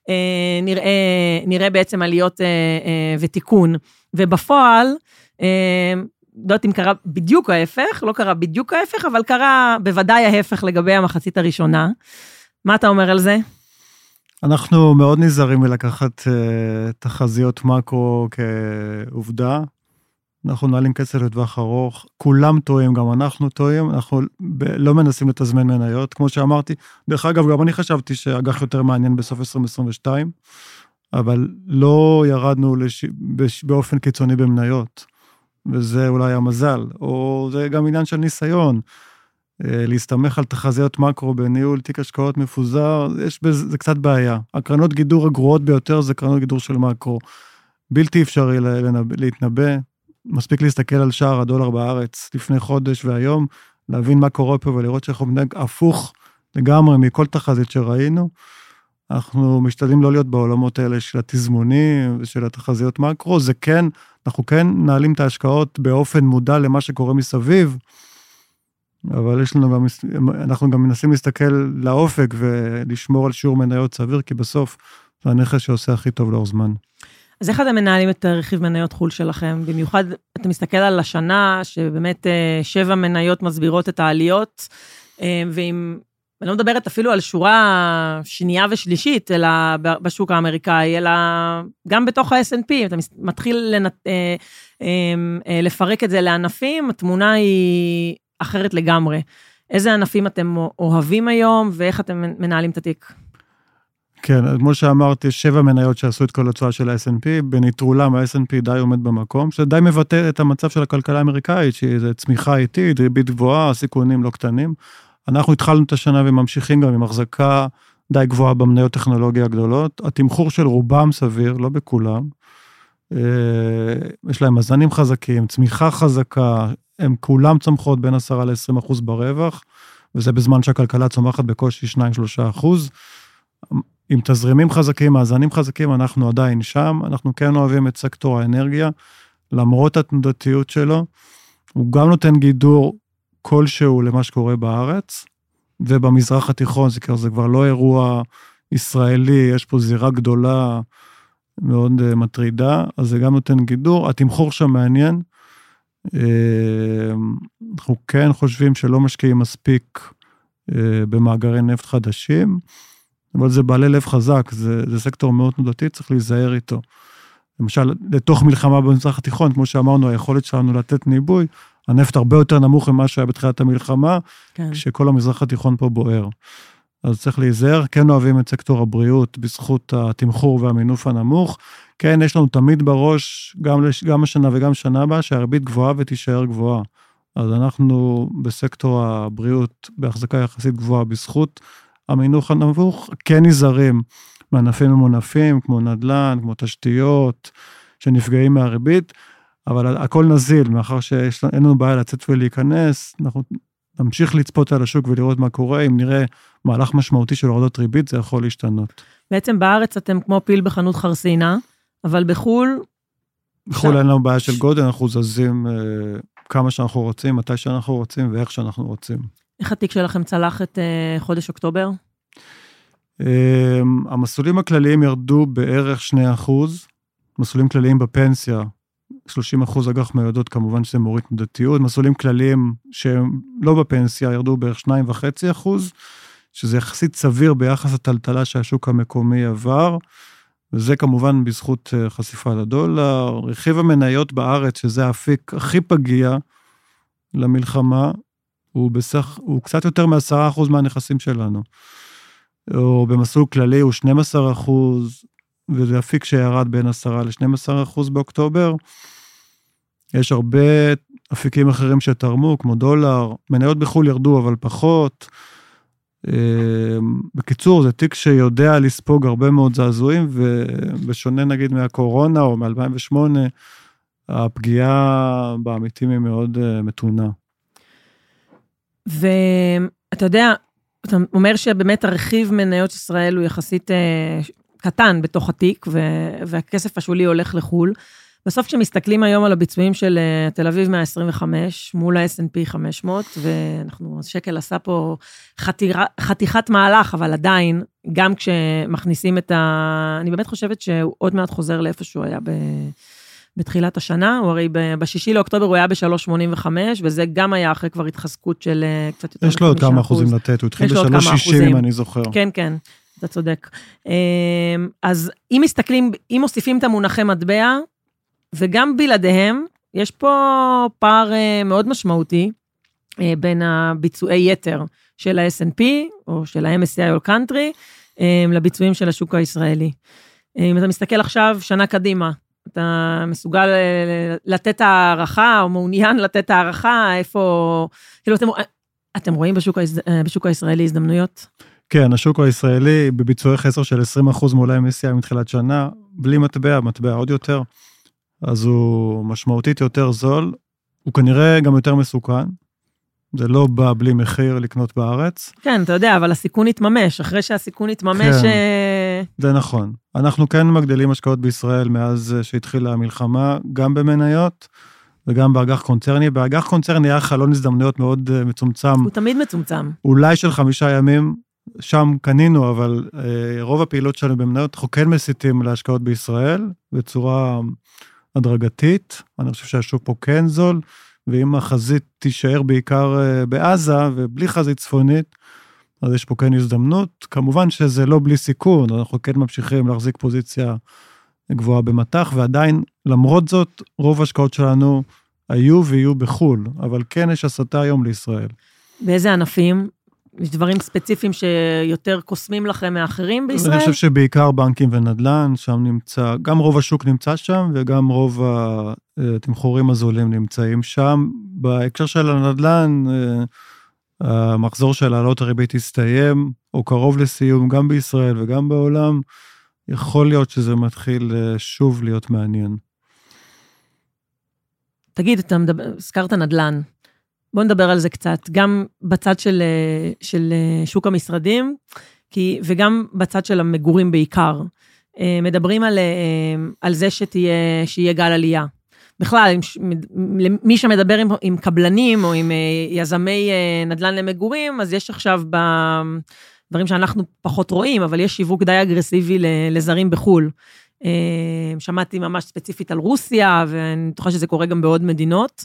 נראה בעצם עליות ותיקון. ובפועל, לא יודעת אם קרה בדיוק ההפך, לא קרה בדיוק ההפך, אבל קרה בוודאי ההפך לגבי המחצית הראשונה. מה אתה אומר על זה? אנחנו מאוד נזהרים מלקחת תחזיות מקרו כעובדה, אנחנו נעלים כסף לטווח ארוך, כולם טועים, גם אנחנו טועים, אנחנו לא מנסים לתזמן מניות, כמו שאמרתי, דרך אגב, גם אני חשבתי שאג"ח יותר מעניין בסוף 2022, אבל לא ירדנו באופן קיצוני במניות, וזה אולי המזל, או זה גם עניין של ניסיון, להסתמך על תחזיות מקרו בניהול תיק השקעות מפוזר, זה קצת בעיה. הקרנות גידור הגרועות ביותר זה קרנות גידור של מקרו, בלתי אפשרי להתנבא, מספיק להסתכל על שער הדולר בארץ לפני חודש והיום, להבין מה קורה פה ולראות שאנחנו מנהג הפוך לגמרי מכל תחזית שראינו, אנחנו משתדלים לא להיות בעולמות האלה של התזמונים ושל התחזיות מקרו, זה כן, אנחנו כן נעלים את ההשקעות באופן מודע למה שקורה מסביב, אבל יש לנו גם, אנחנו גם מנסים להסתכל לאופק ולשמור על שיעור מניות סביר, כי בסוף זה הנכס שעושה הכי טוב לאור זמן. אז איך אתם מנהלים את רכיב מניות חול שלכם? במיוחד אתה מסתכל על השנה, שבאמת 7 מניות מסבירות את העליות, ואני לא מדברת אפילו על שורה שנייה ושלישית, אלא בשוק האמריקאי, אלא גם בתוך ה-S&P, אתה מתחיל לפרק את זה לענפים, התמונה היא אחרת לגמרי. איזה ענפים אתם אוהבים היום, ואיך אתם מנהלים את התיק? כן, כמו שאמרתי, 7 מניות שעשו את כל הצועה של ה-S&P, בניטרולם ה-S&P די עומד במקום, שזה די מבטא את המצב של הכלכלה האמריקאית, שהיא צמיחה איטית, ריבית גבוהה, סיכונים לא קטנים. אנחנו התחלנו את השנה וממשיכים גם עם החזקה די גבוהה במניות טכנולוגיה הגדולות. התמחור של רובם סביר, לא בכולם. יש להם מאזנים חזקים, צמיחה חזקה, הם כולם צומחות בין 10-20% ברווח, וזה בזמן שהכלכלה צומחת בקושי 2-3%. עם תזרימים חזקים, מאזנים חזקים, אנחנו עדיין שם, אנחנו כן אוהבים את סקטור האנרגיה, למרות התנודתיות שלו, הוא גם נותן גידור כלשהו למה שקורה בארץ, ובמזרח התיכון, זה כבר לא אירוע ישראלי, יש פה זירה גדולה, מאוד מטרידה, אז זה גם נותן גידור, התמחור שם מעניין, אנחנו כן חושבים שלא משקיעים מספיק במאגרי נפט חדשים, אבל זה בעלי לב חזק, זה סקטור מאוד תנודתי, צריך להיזהר איתו. למשל, לתוך מלחמה במזרח התיכון, כמו שאמרנו, היכולת שלנו לתת ניבוי, הנפט הרבה יותר נמוך ממה שהיה בתחילת המלחמה, כן. כשכל המזרח התיכון פה בוער. אז צריך להיזהר, כן אוהבים את סקטור הבריאות, בזכות התמחור והמינוף הנמוך, כן, יש לנו תמיד בראש, גם השנה וגם שנה הבאה, שהריבית גבוהה ותישאר גבוהה. אז אנחנו בסקטור הבריאות, בהחזקה יחסית גבוהה, בזכות המינוף הנמוך, כן נזהרים מענפים ומונפים, כמו נדל"ן, כמו תשתיות, שנפגעים מהריבית, אבל הכל נזיל, מאחר שאין לנו בעיה לצאת ולהיכנס, אנחנו נמשיך לצפות על השוק ולראות מה קורה, אם נראה מהלך משמעותי של הורדות ריבית, זה יכול להשתנות. בעצם בארץ אתם כמו פיל בחנות חרסינה, אבל בחול... בחול אין לנו בעיה של גודל, אנחנו זזים כמה שאנחנו רוצים, מתי שאנחנו רוצים ואיך שאנחנו רוצים. איך התיק שלכם צלח את חודש אוקטובר? המסלולים הכלליים ירדו בערך 2%, מסלולים כלליים בפנסיה, 30% אג"ח מיועדות, כמובן שזה מוריד תנודתיות, מסלולים כלליים שהם לא בפנסיה ירדו בערך 2.5%, שזה יחסית סביר ביחס לטלטלה שהשוק המקומי עבר, וזה כמובן בזכות חשיפה לדולר. רכיב המניות בארץ, שזה האפיק הכי פגיע למלחמה, הוא קצת יותר מ10% מהנכסים שלנו. או במסלול כללי הוא 12%, וזה אפיק שירד בין 10-12% באוקטובר. יש הרבה אפיקים אחרים שתרמו, כמו דולר, מניות בחול ירדו, אבל פחות. בקיצור, זה תיק שיודע לספוג הרבה מאוד זעזועים, ובשונה נגיד מהקורונה או מ-2008, הפגיעה בעמיתים היא מאוד מתונה. ואתה יודע, אתה אומר שבאמת הרכיב מניות ישראל הוא יחסית קטן בתוך התיק, והכסף השולי הולך לחול. בסוף כשמסתכלים היום על הביצועים של תל אביב 125, מול ה-S&P 500, ואנחנו, השקל עשה פה חתיכת מהלך, אבל עדיין, גם כשמכניסים אני באמת חושבת שהוא עוד מעט חוזר לאיפה שהוא היה בתחילת השנה, הוא הרי ב6 לאוקטובר הוא היה ב3.85, וזה גם היה אחרי כבר התחזקות של קצת יותר. יש לו עוד כמה אחוזים לתת, הוא התחיל ב3.60 אם אני זוכר. כן, כן, אתה צודק. אז אם מסתכלים, אם מוסיפים את המונחי מטבע, וגם בלעדיהם, יש פה פער מאוד משמעותי, בין הביצועי יתר של ה-S&P, או של ה-MSCI All Country, לביצועים של השוק הישראלי. אם אתה מסתכל עכשיו, שנה קדימה, אתה מסוגל לתת הערכה, או מעוניין לתת הערכה, איפה, כאילו אתם רואים בשוק הישראלי הזדמנויות? כן, השוק הישראלי בביצועי חסר של 20% מול ה-MSCI מתחילת שנה, בלי מטבע עוד יותר, אז הוא משמעותית יותר זול, הוא כנראה גם יותר מסוכן, זה לא בא בלי מחיר לקנות בארץ. כן, אתה יודע, אבל הסיכון יתממש, אחרי שהסיכון יתממש... כן, זה נכון. אנחנו כן מגדלים השקעות בישראל מאז שהתחילה המלחמה, גם במניות וגם באג"ח קונצרני. באג"ח קונצרני היה חלון הזדמנויות מאוד מצומצם. הוא תמיד מצומצם. אולי של 5 ימים, שם קנינו, אבל רוב הפעילות שלנו במניות, אנחנו כן מסיתים להשקעות בישראל, בצורה הדרגתית. אני חושב שהשוק פה כן זול, ואם החזית תישאר בעיקר בעזה, ובלי חזית צפונית, אז יש פה כן הזדמנות, כמובן שזה לא בלי סיכון, אנחנו כן ממשיכים להחזיק פוזיציה גבוהה במתח, ועדיין, למרות זאת, רוב ההשקעות שלנו היו ויהיו בחול, אבל כן יש הסתה היום לישראל. באיזה ענפים? יש דברים ספציפיים שיותר קוסמים לכם מאחרים בישראל? אני חושב שבעיקר בנקים ונדל"ן, שם נמצא, גם רוב השוק נמצא שם, וגם רוב התמחורים הזולים נמצאים שם. בהקשר של הנדל"ן, המחזור של העלות הריבית הסתיים, או קרוב לסיום, גם בישראל וגם בעולם, יכול להיות שזה מתחיל שוב להיות מעניין. תגיד, אתה הזכרת נדל"ן. בוא נדבר על זה קצת, גם בצד של שוק המשרדים, וגם בצד של המגורים בעיקר. מדברים על זה שיהיה גל עלייה. בכלל, מי שמדבר עם קבלנים או עם יזמי נדל"ן למגורים, אז יש עכשיו דברים שאנחנו פחות רואים, אבל יש שיווק די אגרסיבי לזרים בחול. שמעתי ממש ספציפית על רוסיה, ואני בטוחה שזה קורה גם בעוד מדינות.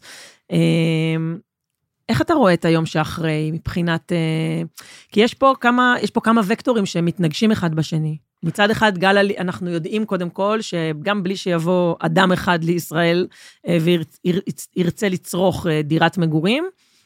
איך אתה רואה את היום שאחרי, מבחינת... כי יש פה כמה וקטורים שמתנגשים אחד בשני. מצד אחד, אנחנו יודעים קודם כל, שגם בלי שיבוא אדם אחד לישראל, וירצה לצרוך דירת מגורים,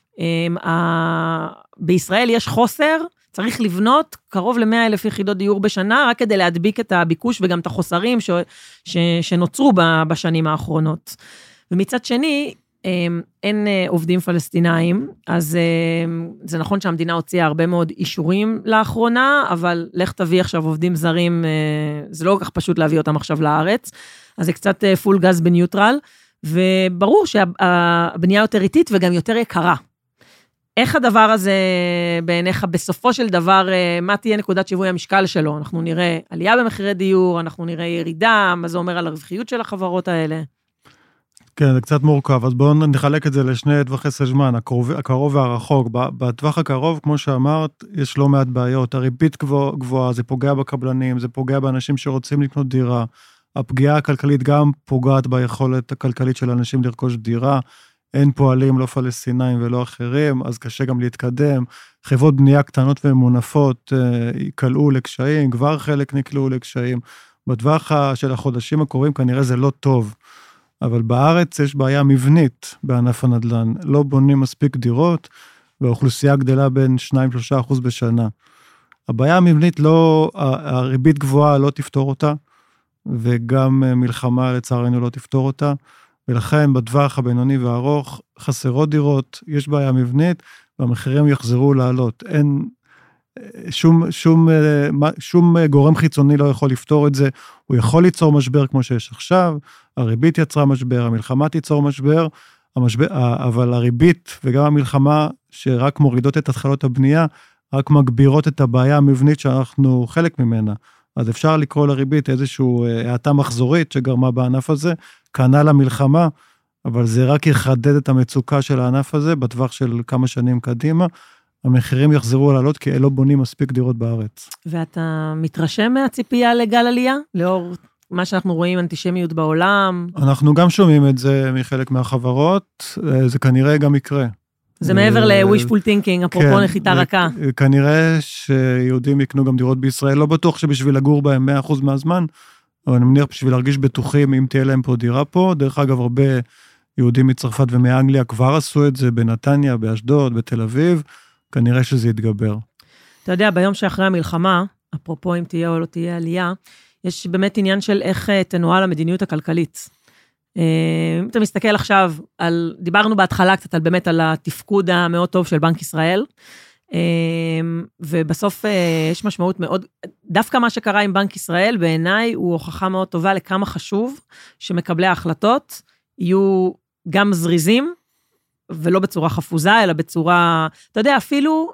בישראל יש חוסר, צריך לבנות קרוב ל100,000 יחידות דיור בשנה, רק כדי להדביק את הביקוש וגם את החוסרים שנוצרו בשנים האחרונות. ומצד שני, אין עובדים פלסטינאים, אז זה נכון שהמדינה הוציאה הרבה מאוד אישורים לאחרונה, אבל לך תביא עכשיו עובדים זרים, זה לא כל כך פשוט להביא אותם עכשיו לארץ, אז זה קצת פול גז בניוטרל, וברור שהבנייה יותר איטית וגם יותר יקרה. איך הדבר הזה בעיניך, בסופו של דבר, מה תהיה נקודת שיווי המשקל שלו? אנחנו נראה עלייה במחירי דיור, אנחנו נראה ירידה, מה זה אומר על הרווחיות של החברות האלה? כן, זה קצת מורכב, אז בואו נחלק את זה לשני טווחי זמן, הקרוב והרחוק. בטווח הקרוב, כמו שאמרת, יש לא מעט בעיות, הריבית גבוהה, זה פוגע בקבלנים, זה פוגע באנשים שרוצים לקנות דירה, הפגיעה הכלכלית גם פוגעת ביכולת הכלכלית של אנשים לרכוש דירה, אין פועלים, לא פלסטינאים ולא אחרים, אז קשה גם להתקדם, חברות בנייה קטנות ומונפות יקלעו לקשיים, כבר חלק נקלעו לקשיים, בטווח של החודשים הקרובים כנראה זה לא טוב, אבל בארץ יש בעיה מבנית בענף הנדל"ן, לא בונים מספיק דירות, והאוכלוסייה גדלה בין 2-3% בשנה. הבעיה המבנית הריבית גבוהה לא תפתור אותה, וגם מלחמה לצערנו לא תפתור אותה, ולכן בטווח הבינוני והארוך חסרות דירות, יש בעיה מבנית, והמחירים יחזרו לעלות. אין שום גורם חיצוני לא יכול לפתור את זה, הוא יכול ליצור משבר כמו שיש עכשיו, הריבית יצרה משבר, המלחמה תיצור משבר, אבל הריבית וגם המלחמה שרק מורידות את התחלות הבנייה, רק מגבירות את הבעיה המבנית שאנחנו חלק ממנה. אז אפשר לקרוא לריבית איזשהו האטה מחזורית שגרמה בענף הזה, כנ"ל המלחמה, אבל זה רק יחדד את המצוקה של הענף הזה, בטווח של כמה שנים קדימה, המחירים יחזרו לעלות, כי לא בונים מספיק דירות בארץ. ואתה מתרשם מהציפייה לגל עלייה? לאור מה שאנחנו רואים, אנטישמיות בעולם? אנחנו גם שומעים את זה מחלק מהחברות, זה כנראה גם יקרה. זה מעבר ל-wishful thinking, אפרופו נחיתה רכה. כנראה שיהודים יקנו גם דירות בישראל, לא בטוח שבשביל לגור בהם 100% מהזמן, אבל אני מניח בשביל להרגיש בטוחים אם תהיה להם פה דירה פה. דרך אגב, הרבה יהודים מצרפת ומאנגליה כבר עשו את זה בנתניה, באשדוד, בתל אביב, כנראה שזה יתגבר. אתה יודע, ביום שאחרי המלחמה, אפרופו אם תהיה או לא תהיה עלייה, יש באמת עניין של איך תנוהל המדיניות הכלכלית. אם אתה מסתכל עכשיו, דיברנו בהתחלה קצת באמת על התפקוד המאוד טוב של בנק ישראל, ובסוף יש משמעות מאוד, דווקא מה שקרה עם בנק ישראל, בעיניי הוא הוכחה מאוד טובה לכמה חשוב, שמקבלי ההחלטות יהיו גם זריזים, ולא בצורה חפוזה, אלא בצורה, אתה יודע, אפילו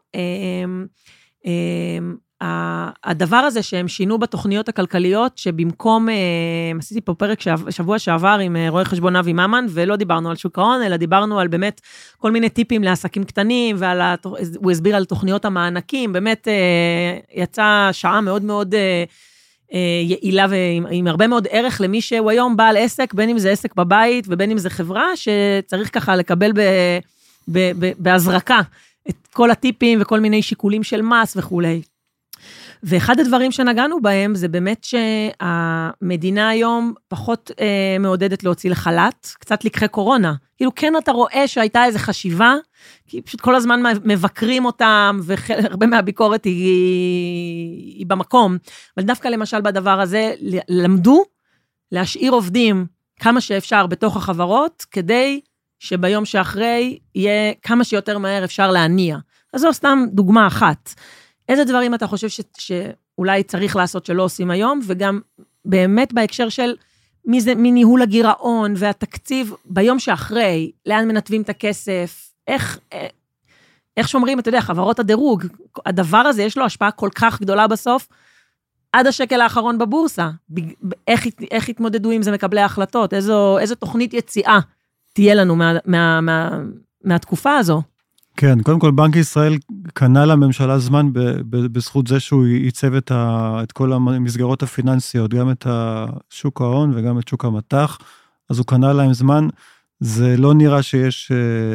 הדבר הזה שהם שינו בתוכניות הכלכליות, שבמקום, עשיתי פה פרק שבוע שעבר עם רואה חשבון אבי ממן, ולא דיברנו על שוק ההון, אלא דיברנו על באמת כל מיני טיפים לעסקים קטנים, הוא הסביר על תוכניות המענקים, באמת יצא שעה מאוד מאוד יעילה, ועם הרבה מאוד ערך למי שהוא היום בעל עסק, בין אם זה עסק בבית, ובין אם זה חברה, שצריך ככה לקבל בהזרקה, את כל הטיפים וכל מיני שיקולים של מס וכולי. ואחד הדברים שנגענו בהם, זה באמת שהמדינה היום פחות מעודדת להוציא לחל"ת, קצת לקחי קורונה. כאילו כן אתה רואה שהייתה איזו חשיבה, כי פשוט כל הזמן מבקרים אותם, והרבה מהביקורת היא במקום. אבל דווקא למשל בדבר הזה, למדו להשאיר עובדים כמה שאפשר בתוך החברות, כדי שביום שאחרי יהיה כמה שיותר מהר אפשר להניע. אז זו סתם דוגמה אחת. איזה דברים אתה חושב שאולי צריך לעשות שלא עושים היום, וגם באמת בהקשר של מניהול הגירעון והתקציב ביום שאחרי, לאן מנתבים את הכסף, איך שומרים, אתה יודע, חברות הדירוג, הדבר הזה יש לו השפעה כל כך גדולה בסוף, עד השקל האחרון בבורסה, איך התמודדו עם זה מקבלי ההחלטות, איזו תוכנית יציאה תהיה לנו מהתקופה הזו. כן, קודם כל בנק ישראל קנה לממשלה זמן בזכות זה שהוא ייצב את כל המסגרות הפיננסיות, גם את שוק ההון וגם את שוק המטח, אז הוא קנה להם זמן, זה לא נראה שיש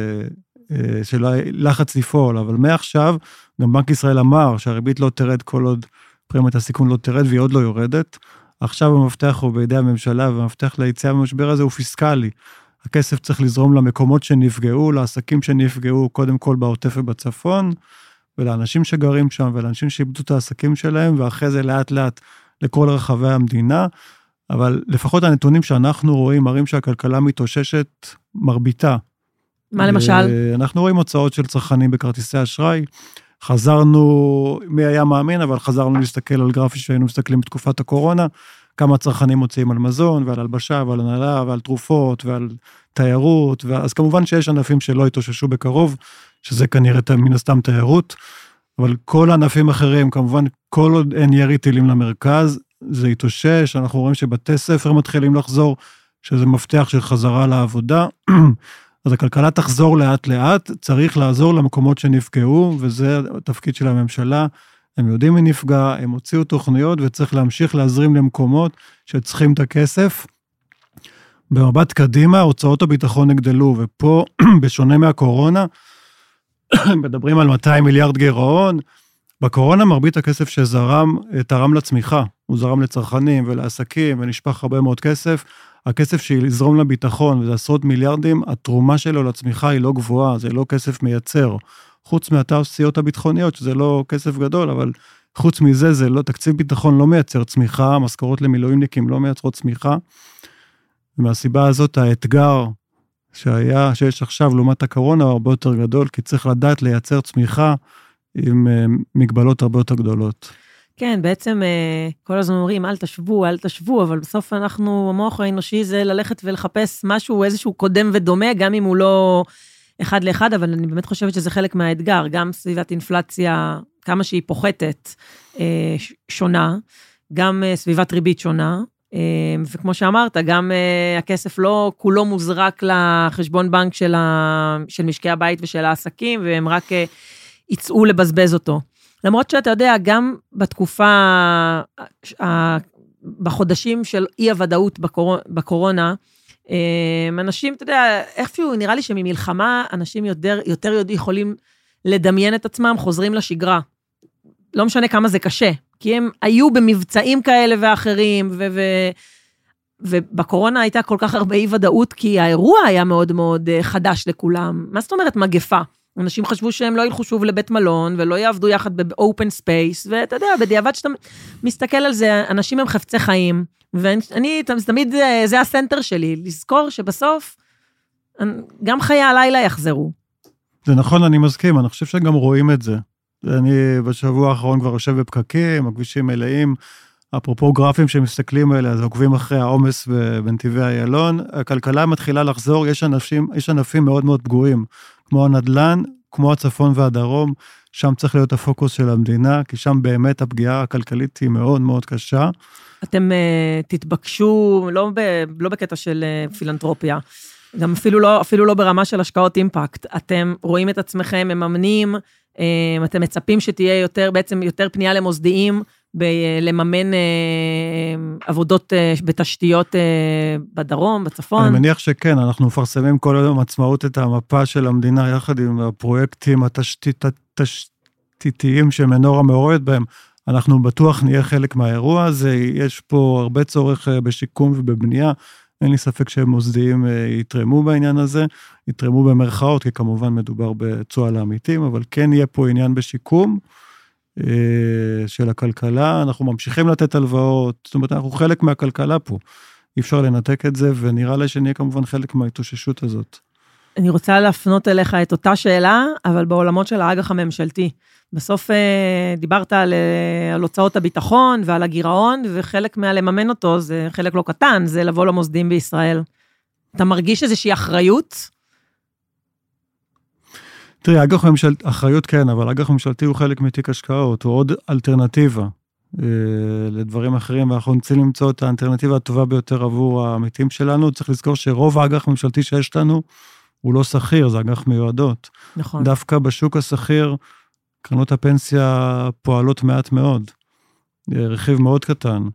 לחץ לפעול, אבל מעכשיו גם בנק ישראל אמר שהריבית לא תרד כל עוד פרמיית הסיכון לא תרד והיא עוד לא יורדת, עכשיו המפתח הוא בידי הממשלה, והמפתח ליציאה במשבר הזה הוא פיסקלי, הכסף צריך לזרום למקומות שנפגעו, לעסקים שנפגעו, קודם כל בעוטף ובצפון, ולאנשים שגרים שם, ולאנשים שאיבדו את העסקים שלהם, ואחרי זה לאט לאט לכל רחבי המדינה, אבל לפחות הנתונים שאנחנו רואים, מראים שהכלכלה מתאוששת מרביתה. מה למשל? אנחנו רואים הוצאות של צרכנים בכרטיסי אשראי, חזרנו, מי היה מאמין, אבל חזרנו להסתכל על גרפי שהיינו מסתכלים בתקופת הקורונה, כמה צרכנים מוצאים על מזון, ועל הלבשה, ועל הנהלה, ועל תרופות, ועל תיירות, אז כמובן שיש ענפים שלא התאוששו בקרוב, שזה כנראה מן הסתם תיירות, אבל כל הענפים אחרים, כמובן, כל עוד אין ירי טילים למרכז, זה התאושש, אנחנו רואים שבתי ספר מתחילים לחזור, שזה מפתח של חזרה לעבודה, אז הכלכלה תחזור לאט לאט, צריך לעזור למקומות שנפגעו, וזה התפקיד של הממשלה, הם יודעים מי נפגע, הם הוציאו תוכניות, וצריך להמשיך להזרים למקומות שצריכים את הכסף. במבט קדימה, הוצאות הביטחון הגדלו, ופה, בשונה מהקורונה, מדברים על 200 מיליארד גירעון, בקורונה מרבית הכסף שזרם, תרם לצמיחה, הוא זרם לצרכנים ולעסקים, ונשפך הרבה מאוד כסף, הכסף שיזרום לביטחון, וזה עשרות מיליארדים, התרומה שלו לצמיחה היא לא גבוהה, זה לא כסף מייצר, חוץ מהתעשיות הביטחוניות, שזה לא כסף גדול, אבל חוץ מזה, זה לא, תקציב ביטחון לא מייצר צמיחה, משכורות למילואימניקים לא מייצרות צמיחה, ומהסיבה הזאת האתגר שיש עכשיו לעומת הקורונה הוא הרבה יותר גדול, כי צריך לדעת לייצר צמיחה עם מגבלות הרבה יותר גדולות. כן, בעצם כל הזמן אומרים, אל תשבו, אבל בסוף אנחנו, המוח האנושי זה ללכת ולחפש משהו, איזשהו קודם ודומה, גם אם הוא לא אחד לאחד, אבל אני באמת חושבת שזה חלק מהאתגר, גם סביבת אינפלציה, כמה שהיא פוחתת, שונה, גם סביבת ריבית שונה, וכמו שאמרת, גם הכסף לא כולו מוזרק לחשבון בנק של משקי הבית ושל העסקים, והם רק יצאו לבזבז אותו. למרות שאתה יודע, גם בתקופה, בחודשים של אי-הוודאות בקורונה, אנשים, אתה יודע, איכשהו נראה לי שממלחמה, אנשים יותר יכולים לדמיין את עצמם, חוזרים לשגרה. לא משנה כמה זה קשה, כי הם היו במבצעים כאלה ואחרים, ובקורונה הייתה כל כך הרבה אי-ודאות, כי האירוע היה מאוד מאוד חדש לכולם. מה זאת אומרת מגפה? אנשים חשבו שהם לא ילכו שוב לבית מלון, ולא יעבדו יחד באופן ספייס, ואתה יודע, בדיעבד שאתה מסתכל על זה, אנשים הם חפצי חיים, ואני תמיד, זה הסנטר שלי, לזכור שבסוף, גם חיי הלילה יחזרו. זה נכון, אני מסכים, אני חושב שגם רואים את זה. אני בשבוע האחרון כבר יושב בפקקים, הכבישים מלאים, אפרופו גרפים שמסתכלים עליה, אז עוקבים אחרי העומס בנתיבי איילון, הכלכלה מתחילה לחזור, יש ענפים מאוד מאוד פגועים, כמו הנדל"ן, כמו הצפון והדרום, שם צריך להיות הפוקוס של המדינה, כי שם באמת הפגיעה הכלכלית היא מאוד מאוד קשה. אתם תתבקשו, לא בקטע של פילנטרופיה, גם אפילו לא ברמה של השקעות אימפקט, אתם רואים את עצמכם, מממנים, אתם מצפים שתהיה יותר פנייה למוסדיים, לממן עבודות בתשתיות בדרום, בצפון. אני מניח שכן, אנחנו מפרסמים כל היום עצמאות את המפה של המדינה, יחד עם הפרויקטים התשתיתיים שמנורה מעורבת בהם, אנחנו בטוח נהיה חלק מהאירוע הזה, יש פה הרבה צורך בשיקום ובבנייה, אין לי ספק שהם מוסדיים יתרמו בעניין הזה, יתרמו במרכאות, כי כמובן מדובר בצועה לעמיתים, אבל כן יהיה פה עניין בשיקום של הכלכלה, אנחנו ממשיכים לתת הלוואות, זאת אומרת, אנחנו חלק מהכלכלה פה, אי אפשר לנתק את זה, ונראה לי שנהיה כמובן חלק מההתאוששות הזאת. אני רוצה להפנות אליך את אותה שאלה, אבל בעולמות של האג"ח הממשלתי. בסוף דיברת על הוצאות הביטחון ועל הגירעון, וחלק מהלממן אותו, זה חלק לא קטן, זה לבוא למוסדים בישראל. אתה מרגיש איזושהי אחריות? תראי, אג"ח ממשלתי, אחריות כן, אבל אג"ח ממשלתי הוא חלק מתיק השקעות, הוא עוד אלטרנטיבה לדברים אחרים, ואנחנו נצאים למצוא את האלטרנטיבה הטובה ביותר עבור העמיתים שלנו, צריך לזכור שרוב האג"ח ממשלתי שיש לנו, הוא לא שכיר, זה אג"ח מיועדות. נכון. דווקא בשוק השכיר, קרנות הפנסיה פועלות מעט מאוד, רכיב מאוד קטן.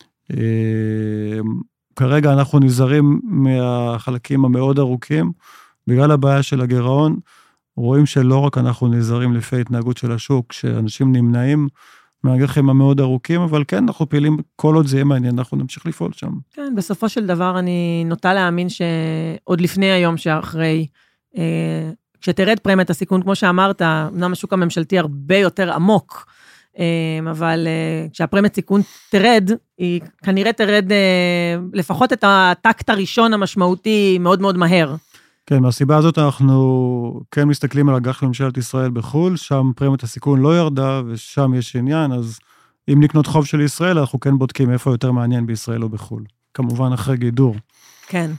כרגע אנחנו נזהרים מהחלקים המאוד ארוכים, בגלל הבעיה של הגירעון, רואים שלא רק אנחנו נזהרים לפי התנהגות של השוק, שאנשים נמנעים מהאג"חים המאוד ארוכים, אבל כן, אנחנו פעילים כל עוד זה יהיה מעניין, אנחנו נמשיך לפעול שם. כן, בסופו של דבר אני נוטה להאמין שעוד לפני היום שאחרי, כשתרד פרמיית הסיכון, כמו שאמרת, אמנם השוק הממשלתי הרבה יותר עמוק, אבל כשהפרמיית סיכון תרד, היא כנראה תרד לפחות את הטקט הראשון המשמעותי מאוד מאוד מהר. כן, מהסיבה הזאת אנחנו כן מסתכלים על אג"ח ממשלת ישראל בחו"ל, שם פרמיית הסיכון לא ירדה, ושם יש עניין, אז אם נקנות חוב של ישראל, אנחנו כן בודקים איפה יותר מעניין בישראל או בחו"ל. כמובן אחרי גידור. כן.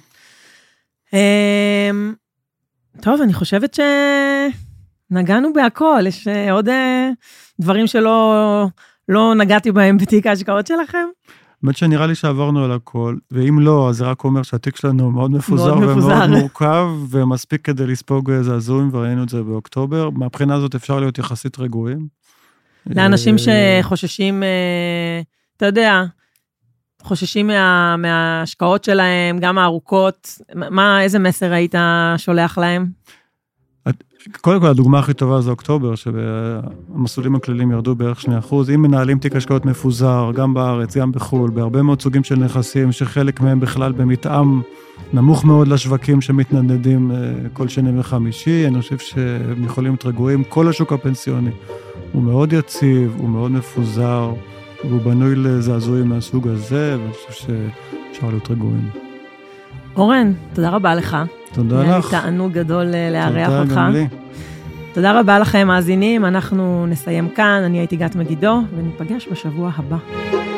טוב, אני חושבת שנגענו בהכל, יש עוד דברים שלא נגעתי בהם בתיק ההשקעות שלכם? באמת שנראה לי שעברנו על הכל, ואם לא, אז זה רק אומר שהתיק שלנו מאוד מפוזר ומאוד מורכב, ומספיק כדי לספוג זעזועים, וראינו את זה באוקטובר. מהבחינה הזאת אפשר להיות יחסית רגועים. לאנשים שחוששים, אתה יודע, חוששים מההשקעות שלהם, גם הארוכות, איזה מסר היית שולח להם? קודם כל, הדוגמה הכי טובה זה אוקטובר, שהמסלולים הכלליים ירדו בערך 2%. אם מנהלים תיק השקעות מפוזר, גם בארץ, גם בחול, בהרבה מאוד סוגים של נכסים, שחלק מהם בכלל במתאם נמוך מאוד לשווקים שמתנדדים כל שני וחמישי, אני חושב שהם יכולים להיות רגועים. כל השוק הפנסיוני הוא מאוד יציב, הוא מאוד מפוזר, והוא בנוי לזעזועים מהסוג הזה, ואני חושב שאפשר להיות רגועים. אורן, תודה רבה לך. תודה לך. היה לי תענוג גדול לארח אותך. תודה גם לי. תודה רבה לכם, מאזינים. אנחנו נסיים כאן. אני הייתי גת מגידו, וניפגש בשבוע הבא.